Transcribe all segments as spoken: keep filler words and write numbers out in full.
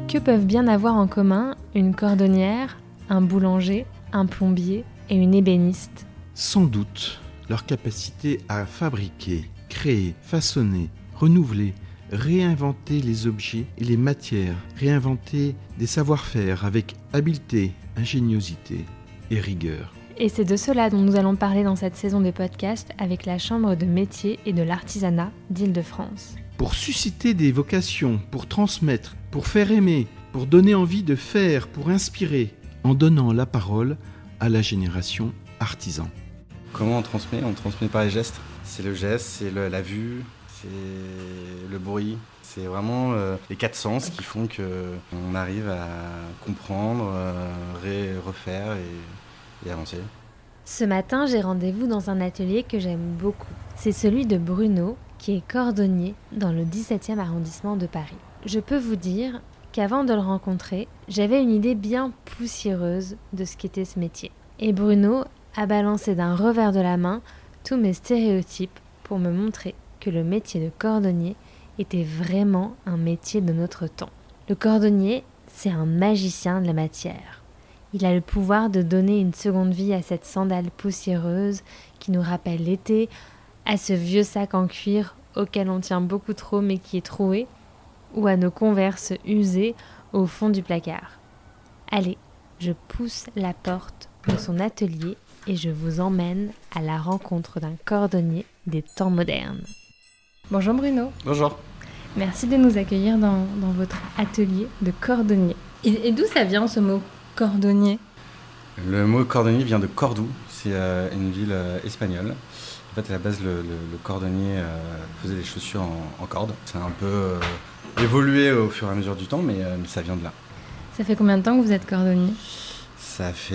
Que peuvent bien avoir en commun une cordonnière, un boulanger, un plombier et une ébéniste ? Sans doute leur capacité à fabriquer, créer, façonner, renouveler, réinventer les objets et les matières, réinventer des savoir-faire avec habileté, ingéniosité et rigueur. Et c'est de cela dont nous allons parler dans cette saison de podcast avec la Chambre de métiers et de l'artisanat d'Île-de-France. Pour susciter des vocations, pour transmettre, pour faire aimer, pour donner envie de faire, pour inspirer, en donnant la parole à la génération artisan. Comment on transmet ? On transmet par les gestes. C'est le geste, c'est le, la vue, c'est le bruit. C'est vraiment euh, les quatre sens qui font qu'on arrive à comprendre, euh, ré, refaire et, et avancer. Ce matin, j'ai rendez-vous dans un atelier que j'aime beaucoup. C'est celui de Bruno, qui est cordonnier dans le dix-septième arrondissement de Paris. Je peux vous dire qu'avant de le rencontrer, j'avais une idée bien poussiéreuse de ce qu'était ce métier. Et Bruno a balancé d'un revers de la main tous mes stéréotypes pour me montrer que le métier de cordonnier était vraiment un métier de notre temps. Le cordonnier, c'est un magicien de la matière. Il a le pouvoir de donner une seconde vie à cette sandale poussiéreuse qui nous rappelle l'été, à ce vieux sac en cuir auquel on tient beaucoup trop mais qui est troué, ou à nos converses usées au fond du placard. Allez, je pousse la porte de son atelier et je vous emmène à la rencontre d'un cordonnier des temps modernes. Bonjour Bruno. Bonjour. Merci de nous accueillir dans, dans votre atelier de cordonnier. Et, et d'où ça vient ce mot cordonnier ? Le mot cordonnier vient de Cordoue, c'est euh, une ville euh, espagnole. En fait, à la base, le, le, le cordonnier euh, faisait des chaussures en, en corde. Ça a un peu euh, évolué au fur et à mesure du temps, mais euh, ça vient de là. Ça fait combien de temps que vous êtes cordonnier ? Ça fait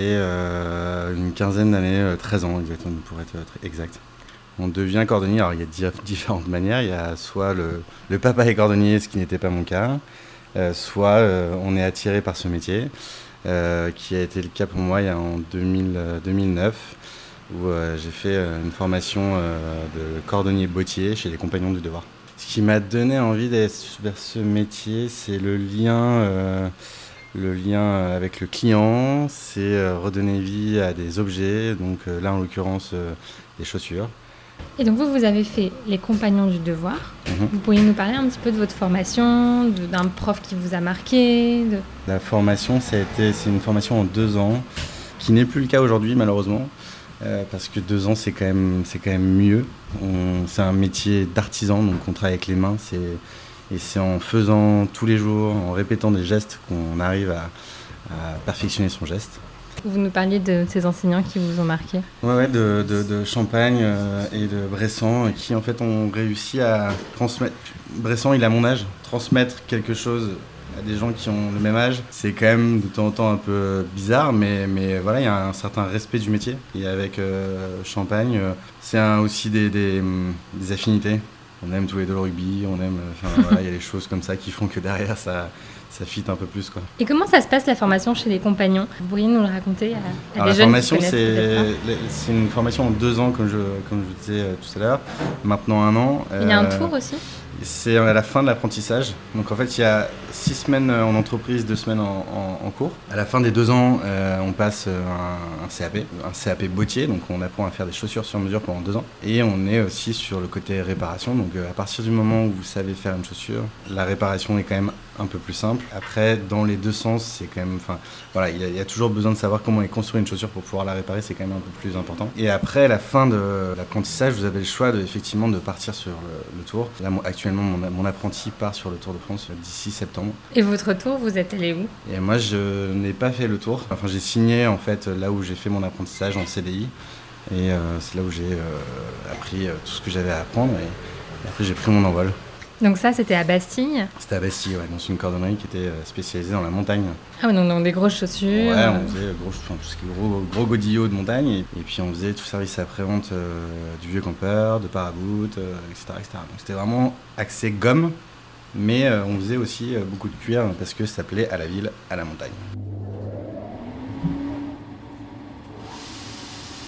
euh, une quinzaine d'années, euh, treize ans exactement, pour être très exact. On devient cordonnier, alors il y a di- différentes manières. Il y a soit le, le papa est cordonnier, ce qui n'était pas mon cas, euh, soit euh, on est attiré par ce métier, euh, qui a été le cas pour moi il y a en deux mille, deux mille neuf, où euh, j'ai fait euh, une formation euh, de cordonnier bottier chez les Compagnons du Devoir. Ce qui m'a donné envie d'aller vers ce métier, c'est le lien, euh, le lien avec le client, c'est euh, redonner vie à des objets, donc euh, là en l'occurrence euh, des chaussures. Et donc vous, vous avez fait les Compagnons du Devoir. Mmh. Vous pourriez nous parler un petit peu de votre formation, de, d'un prof qui vous a marqué de... La formation, ça a été, c'est une formation en deux ans, qui n'est plus le cas aujourd'hui malheureusement, euh, parce que deux ans c'est quand même, c'est quand même mieux. On, c'est un métier d'artisan, donc on travaille avec les mains, c'est, et c'est en faisant tous les jours, en répétant des gestes qu'on arrive à, à perfectionner son geste. Vous nous parliez de ces enseignants qui vous ont marqué. Ouais, ouais, de, de, de Champagne euh, et de Bressan, qui en fait ont réussi à transmettre. Bressan, il a mon âge, transmettre quelque chose à des gens qui ont le même âge, c'est quand même de temps en temps un peu bizarre, mais, mais voilà, il y a un certain respect du métier. Et avec euh, Champagne, euh, c'est un, aussi des, des, des affinités. On aime tous les deux le rugby, on aime, enfin voilà, il y a des choses comme ça qui font que derrière ça. ça fit un peu plus, quoi. Et comment ça se passe la formation chez les Compagnons ? Vous pourriez nous le raconter à, à Alors, des la jeunes formation, qui c'est, c'est une formation en deux ans, comme je, comme je vous disais euh, tout à l'heure. Maintenant un an. Il y a un euh, tour aussi ? C'est à la fin de l'apprentissage. Donc en fait, il y a six semaines en entreprise, deux semaines en, en, en cours. À la fin des deux ans, euh, on passe un, un C A P, un C A P bottier. Donc on apprend à faire des chaussures sur mesure pendant deux ans. Et on est aussi sur le côté réparation. Donc euh, à partir du moment où vous savez faire une chaussure, la réparation est quand même un peu plus simple. Après, dans les deux sens, c'est quand même... Enfin, voilà, il y, a, il y a toujours besoin de savoir comment est construite une chaussure pour pouvoir la réparer. C'est quand même un peu plus important. Et après, la fin de l'apprentissage, vous avez le choix de, effectivement de partir sur le, le tour. Là, actuellement, Mon, mon apprenti part sur le Tour de France d'ici septembre. Et votre tour, vous êtes allé où ? Et moi, je n'ai pas fait le tour. Enfin, j'ai signé en fait là où j'ai fait mon apprentissage en C D I. Et euh, c'est là où j'ai euh, appris euh, tout ce que j'avais à apprendre. Et, et après, j'ai pris mon envol. Donc ça, c'était à Bastille ? C'était à Bastille, ouais, dans une cordonnerie qui était spécialisée dans la montagne. Ah oui, donc, donc des grosses chaussures. Ouais, on faisait gros, enfin, tout ce qui est gros, gros godillots de montagne. Et, et puis on faisait tout service après-vente euh, du vieux campeur, de paraboot, euh, et cetera, et cetera. Donc c'était vraiment axé gomme, mais euh, on faisait aussi euh, beaucoup de cuir parce que ça s'appelait à la ville, à la montagne.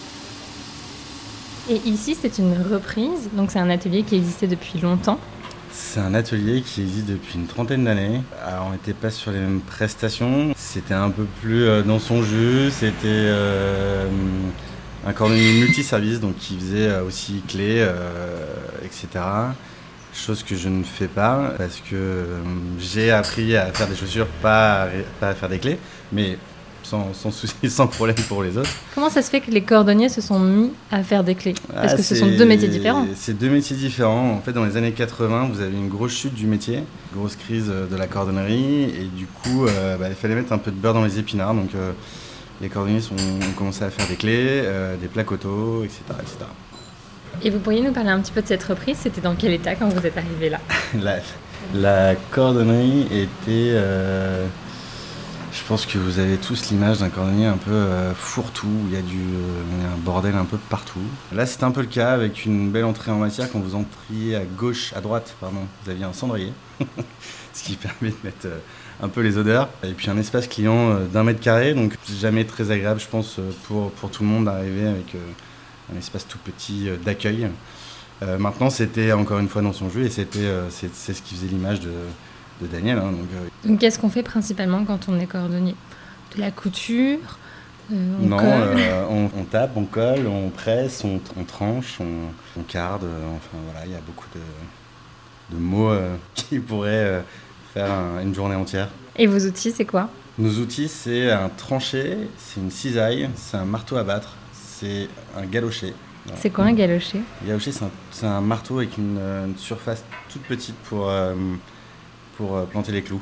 Et ici, c'est une reprise, donc c'est un atelier qui existait depuis longtemps. C'est un atelier qui existe depuis une trentaine d'années. Alors, on n'était pas sur les mêmes prestations. C'était un peu plus euh, dans son jus. C'était euh, un cordonnier multiservice, donc qui faisait euh, aussi clés, euh, et cetera. Chose que je ne fais pas parce que euh, j'ai appris à faire des chaussures, pas à, pas à faire des clés, mais sans, sans souci, sans problème pour les autres. Comment ça se fait que les cordonniers se sont mis à faire des clés ? Parce Ah, que ce c'est- sont deux métiers différents. C'est deux métiers différents. En fait, dans les années quatre-vingts, vous avez une grosse chute du métier, grosse crise euh, de la cordonnerie, et du coup, euh, bah, il fallait mettre un peu de beurre dans les épinards. Donc, euh, les cordonniers sont, ont commencé à faire des clés, euh, des plaques auto, et cetera, et cetera. Et vous pourriez nous parler un petit peu de cette reprise ? C'était dans quel état quand vous êtes arrivé là ? La, la cordonnerie était... euh, je pense que vous avez tous l'image d'un cordonnier un peu euh, fourre-tout, où il y a du, euh, il y a un bordel un peu partout. Là, c'était un peu le cas avec une belle entrée en matière. Quand vous entriez à gauche, à droite, pardon, vous aviez un cendrier, ce qui permet de mettre euh, un peu les odeurs. Et puis un espace client euh, d'un mètre carré, donc jamais très agréable, je pense, euh, pour, pour tout le monde d'arriver avec euh, un espace tout petit euh, d'accueil. Euh, maintenant, c'était encore une fois dans son jeu, et c'était, euh, c'est, c'est ce qui faisait l'image de... de Daniel. Hein, donc, euh, Donc qu'est-ce qu'on fait principalement quand on est cordonnier ? De la couture, euh, on non, colle. euh, on, on tape, on colle, on presse, on, on tranche, on, on carde. euh, enfin voilà, il y a beaucoup de, de mots euh, qui pourraient euh, faire un- une journée entière. Et vos outils, c'est quoi ? Nos outils, c'est un tranché, c'est une cisaille, c'est un marteau à battre, c'est un galochet. Voilà. C'est quoi un galochet ? Un galochet, c'est un, c'est un marteau avec une, euh, une surface toute petite pour, euh, pour euh, planter les clous.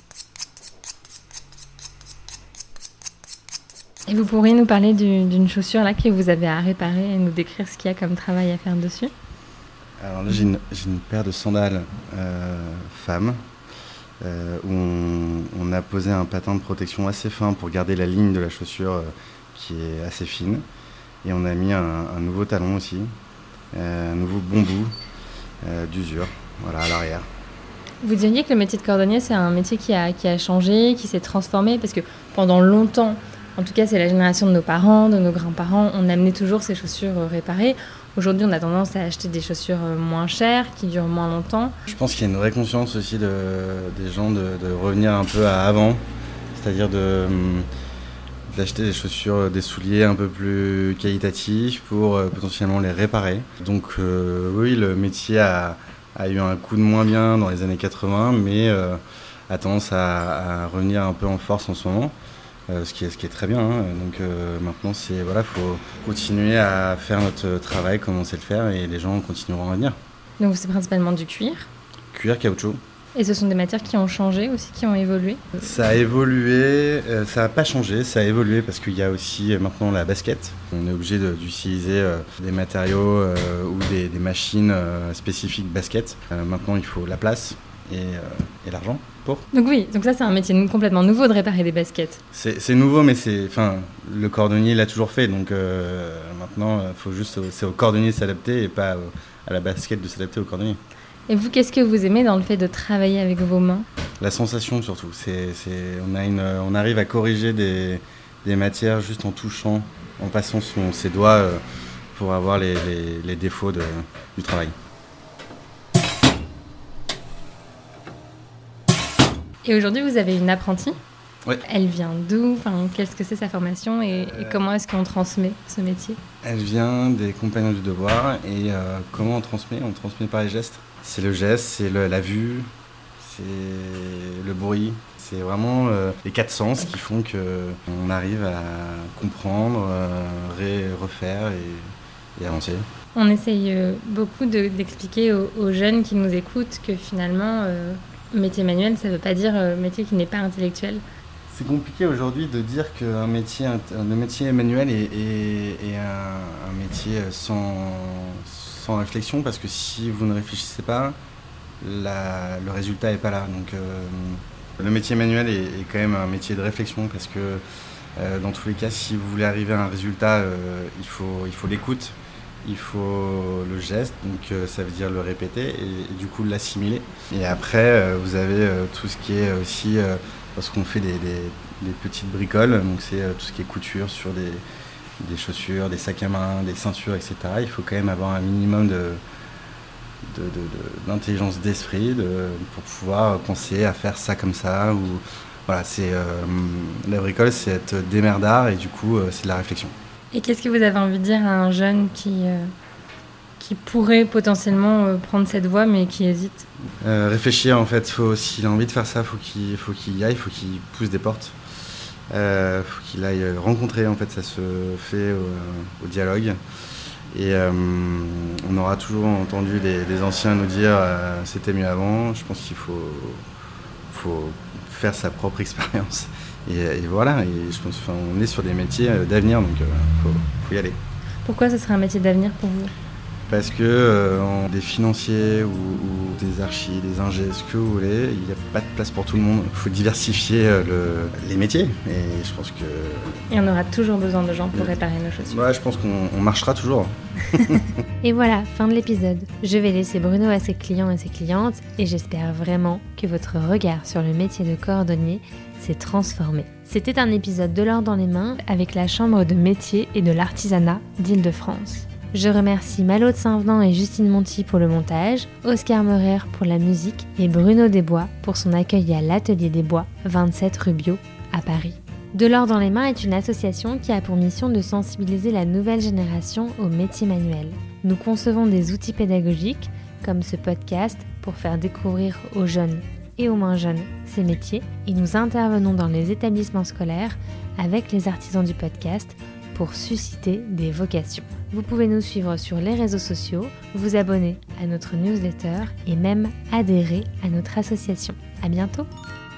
Et vous pourriez nous parler du- d'une chaussure là que vous avez à réparer et nous décrire ce qu'il y a comme travail à faire dessus ? Alors là, j'ai une, j'ai une paire de sandales euh, femmes euh, où on, on a posé un patin de protection assez fin pour garder la ligne de la chaussure euh, qui est assez fine. Et on a mis un, un nouveau talon aussi, euh, un nouveau bon bout euh, d'usure, voilà, à l'arrière. Vous diriez que le métier de cordonnier, c'est un métier qui a, qui a changé, qui s'est transformé, parce que pendant longtemps, en tout cas c'est la génération de nos parents, de nos grands-parents, on amenait toujours ces chaussures euh, réparées. Aujourd'hui, on a tendance à acheter des chaussures euh, moins chères, qui durent moins longtemps. Je pense qu'il y a une vraie conscience aussi de, des gens de, de revenir un peu à avant, c'est-à-dire de... hum, d'acheter des chaussures, des souliers un peu plus qualitatifs pour euh, potentiellement les réparer. Donc euh, oui, le métier a, a eu un coup de moins bien dans les années quatre-vingts, mais euh, a tendance à, à revenir un peu en force en ce moment, euh, ce, qui est, ce qui est très bien. Hein. Donc euh, maintenant, c'est voilà, faut continuer à faire notre travail comme on sait le faire, et les gens continueront à venir. Donc c'est principalement du cuir. Cuir, caoutchouc. Et ce sont des matières qui ont changé aussi, qui ont évolué. Ça a évolué, euh, ça n'a pas changé, ça a évolué parce qu'il y a aussi euh, maintenant la basket. On est obligé de- d'utiliser euh, des matériaux euh, ou des, des machines euh, spécifiques basket. Euh, maintenant, il faut la place et, euh, et l'argent pour. Donc oui, donc ça c'est un métier nou- complètement nouveau de réparer des baskets. C'est c'est nouveau, mais c'est, enfin, le cordonnier l'a toujours fait. Donc euh, maintenant, il faut juste, c'est au cordonnier de s'adapter et pas au- à la basket de s'adapter au cordonnier. Et vous, qu'est-ce que vous aimez dans le fait de travailler avec vos mains ? La sensation surtout, c'est, c'est, on, a une, on arrive à corriger des, des matières juste en touchant, en passant son, ses doigts euh, pour avoir les, les, les défauts de, du travail. Et aujourd'hui, vous avez une apprentie. Oui. Elle vient d'où ? Enfin, qu'est-ce que c'est sa formation et, et comment est-ce qu'on transmet ce métier ? Elle vient des Compagnons du Devoir et euh, comment on transmet ? On transmet par les gestes. C'est le geste, c'est le- la vue, c'est le bruit. C'est vraiment euh, les quatre sens qui font qu'on arrive à comprendre, euh, ré- refaire et, et avancer. On essaye euh, beaucoup de- d'expliquer aux, aux jeunes qui nous écoutent que finalement, euh, métier manuel, ça ne veut pas dire euh, métier qui n'est pas intellectuel. C'est compliqué aujourd'hui de dire qu'un métier, le métier manuel est, est- est un, un métier sans, sans réflexion, parce que si vous ne réfléchissez pas, la- le résultat n'est pas là. Donc, euh, le métier manuel est, est quand même un métier de réflexion, parce que euh, dans tous les cas, si vous voulez arriver à un résultat, euh, il faut, il faut l'écoute, il faut le geste, donc euh, ça veut dire le répéter et, et du coup l'assimiler. Et après, euh, vous avez euh, tout ce qui est aussi... Euh, parce qu'on fait des, des, des petites bricoles, donc c'est euh, tout ce qui est couture sur des, des chaussures, des sacs à main, des ceintures, et cetera. Il faut quand même avoir un minimum de, de, de, de, d'intelligence d'esprit de, pour pouvoir penser à faire ça comme ça. Ou, voilà, c'est, euh, la bricole, c'est être démerdard et du coup, euh, c'est de la réflexion. Et qu'est-ce que vous avez envie de dire à un jeune qui, euh, qui pourrait potentiellement euh, prendre cette voie mais qui hésite ? euh, Réfléchir, en fait. Faut, s'il a envie de faire ça, il faut qu'il, faut qu'il y aille, il faut qu'il pousse des portes. Il euh, faut qu'il aille rencontrer, en fait, ça se fait au, au dialogue. Et euh, on aura toujours entendu des, des anciens nous dire euh, « c'était mieux avant ». Je pense qu'il faut, faut faire sa propre expérience. Et, et voilà, et je pense, enfin, on est sur des métiers d'avenir, donc il euh, faut, faut y aller. Pourquoi ce serait un métier d'avenir pour vous ? Parce que euh, des financiers ou, ou des archis, des ingés, ce que vous voulez, il n'y a pas de place pour tout le monde. Il faut diversifier euh, le, les métiers. Et je pense que... Et on aura toujours besoin de gens pour réparer nos chaussures. Ouais, je pense qu'on on marchera toujours. Et voilà, fin de l'épisode. Je vais laisser Bruno à ses clients et ses clientes et j'espère vraiment que votre regard sur le métier de cordonnier s'est transformé. C'était un épisode de l'or dans les mains avec la Chambre de métier et de l'artisanat d'Île-de-France. Je remercie Malo de Saint-Venant et Justine Monti pour le montage, Oscar Meurer pour la musique et Bruno Desbois pour son accueil à l'Atelier des Bois, vingt-sept rue Biot, à Paris. De l'or dans les mains est une association qui a pour mission de sensibiliser la nouvelle génération aux métiers manuels. Nous concevons des outils pédagogiques, comme ce podcast, pour faire découvrir aux jeunes et aux moins jeunes ces métiers, et nous intervenons dans les établissements scolaires avec les artisans du podcast pour susciter des vocations. Vous pouvez nous suivre sur les réseaux sociaux, vous abonner à notre newsletter et même adhérer à notre association. À bientôt!